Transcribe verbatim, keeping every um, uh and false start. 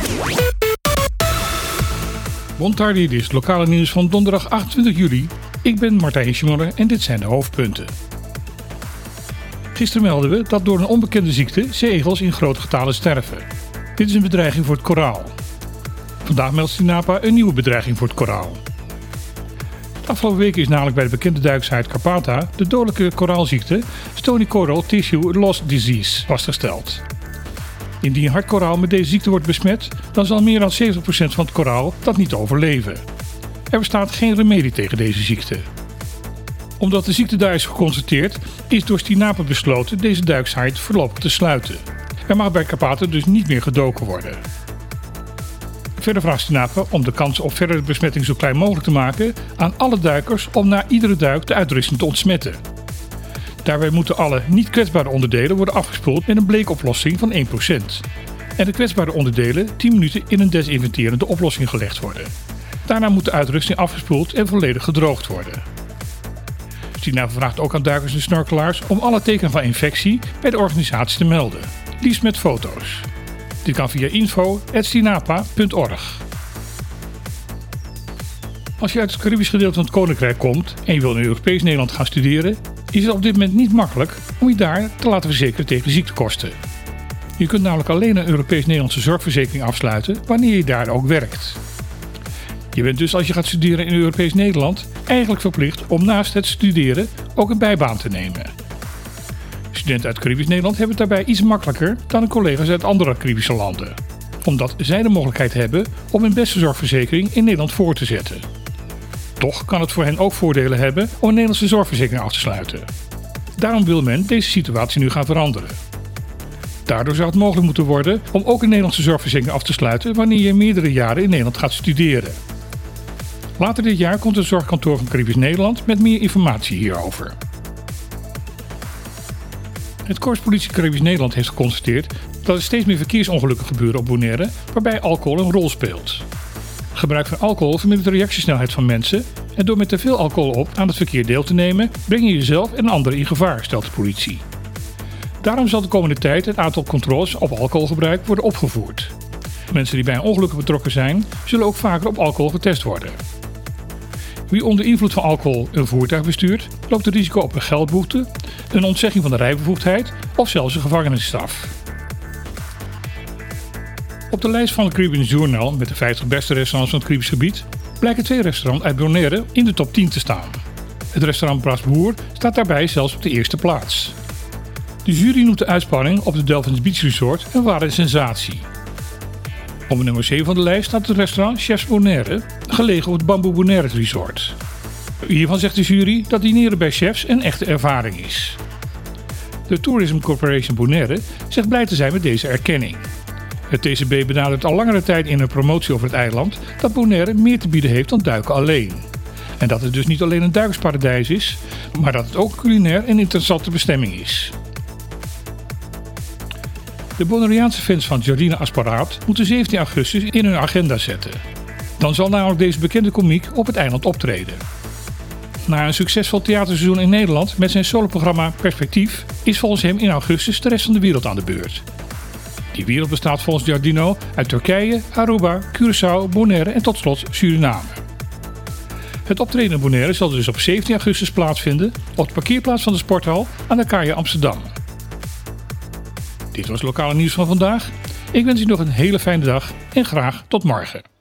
Bon tardi, dit is het lokale nieuws van donderdag achtentwintig juli. Ik ben Martijn Schimmer en dit zijn de hoofdpunten. Gisteren melden we dat door een onbekende ziekte zeeegels in grote getalen sterven. Dit is een bedreiging voor het koraal. Vandaag meldt Sinapa een nieuwe bedreiging voor het koraal. De afgelopen week is namelijk bij de bekende duiksite Karpata de dodelijke koraalziekte Stony Coral Tissue Loss Disease vastgesteld. Indien een hartkoraal met deze ziekte wordt besmet, dan zal meer dan zeventig procent van het koraal dat niet overleven. Er bestaat geen remedie tegen deze ziekte. Omdat de ziekte daar is geconstateerd, is door Sinapa besloten deze duiksite voorlopig te sluiten. Er mag bij Karpata dus niet meer gedoken worden. Verder vraagt Sinapa om de kans op verdere besmetting zo klein mogelijk te maken aan alle duikers om na iedere duik de uitrusting te ontsmetten. Daarbij moeten alle niet kwetsbare onderdelen worden afgespoeld met een bleekoplossing van één procent. En de kwetsbare onderdelen tien minuten in een desinfecterende oplossing gelegd worden. Daarna moet de uitrusting afgespoeld en volledig gedroogd worden. Sinapa vraagt ook aan duikers en snorkelaars om alle tekenen van infectie bij de organisatie te melden. Liefst met foto's. Dit kan via info at sinapa punt org. Als je uit het Caribisch gedeelte van het Koninkrijk komt en je wil in Europees Nederland gaan studeren, is het op dit moment niet makkelijk om je daar te laten verzekeren tegen ziektekosten. Je kunt namelijk alleen een Europees-Nederlandse zorgverzekering afsluiten wanneer je daar ook werkt. Je bent dus als je gaat studeren in Europees Nederland eigenlijk verplicht om naast het studeren ook een bijbaan te nemen. Studenten uit Caribisch Nederland hebben het daarbij iets makkelijker dan hun collega's uit andere Caribische landen, omdat zij de mogelijkheid hebben om hun beste zorgverzekering in Nederland voor te zetten. Toch kan het voor hen ook voordelen hebben om een Nederlandse zorgverzekering af te sluiten. Daarom wil men deze situatie nu gaan veranderen. Daardoor zou het mogelijk moeten worden om ook een Nederlandse zorgverzekering af te sluiten wanneer je meerdere jaren in Nederland gaat studeren. Later dit jaar komt het zorgkantoor van Caribisch Nederland met meer informatie hierover. Het Korps Politie Caribisch Nederland heeft geconstateerd dat er steeds meer verkeersongelukken gebeuren op Bonaire waarbij alcohol een rol speelt. Gebruik van alcohol vermindert de reactiesnelheid van mensen en door met te veel alcohol op aan het verkeer deel te nemen breng je jezelf en anderen in gevaar, stelt de politie. Daarom zal de komende tijd het aantal controles op alcoholgebruik worden opgevoerd. Mensen die bij een ongeluk betrokken zijn zullen ook vaker op alcohol getest worden. Wie onder invloed van alcohol een voertuig bestuurt, loopt het risico op een geldboete, een ontzegging van de rijbevoegdheid of zelfs een gevangenisstraf. Op de lijst van het Caribbean Journal met de vijftig beste restaurants van het Caribisch gebied blijken twee restaurants uit Bonaire in de top tien te staan. Het restaurant Bras Boer staat daarbij zelfs op de eerste plaats. De jury noemt de uitspanning op de Delphins Beach Resort een ware sensatie. Op nummer zeven van de lijst staat het restaurant Chefs Bonaire, gelegen op het Bamboe Bonaire Resort. Hiervan zegt de jury dat dineren bij chefs een echte ervaring is. De Tourism Corporation Bonaire zegt blij te zijn met deze erkenning. Het T C B benadrukt al langere tijd in een promotie over het eiland dat Bonaire meer te bieden heeft dan duiken alleen. En dat het dus niet alleen een duikersparadijs is, maar dat het ook culinair een interessante bestemming is. De Bonaireaanse fans van Jardine Asparaat moeten zeventien augustus in hun agenda zetten. Dan zal namelijk deze bekende komiek op het eiland optreden. Na een succesvol theaterseizoen in Nederland met zijn soloprogramma Perspectief is volgens hem in augustus de rest van de wereld aan de beurt. Die wereld bestaat volgens Giardino uit Turkije, Aruba, Curaçao, Bonaire en tot slot Suriname. Het optreden in Bonaire zal dus op zeventien augustus plaatsvinden op de parkeerplaats van de sporthal aan de Kaai Amsterdam. Dit was het lokale nieuws van vandaag. Ik wens u nog een hele fijne dag en graag tot morgen.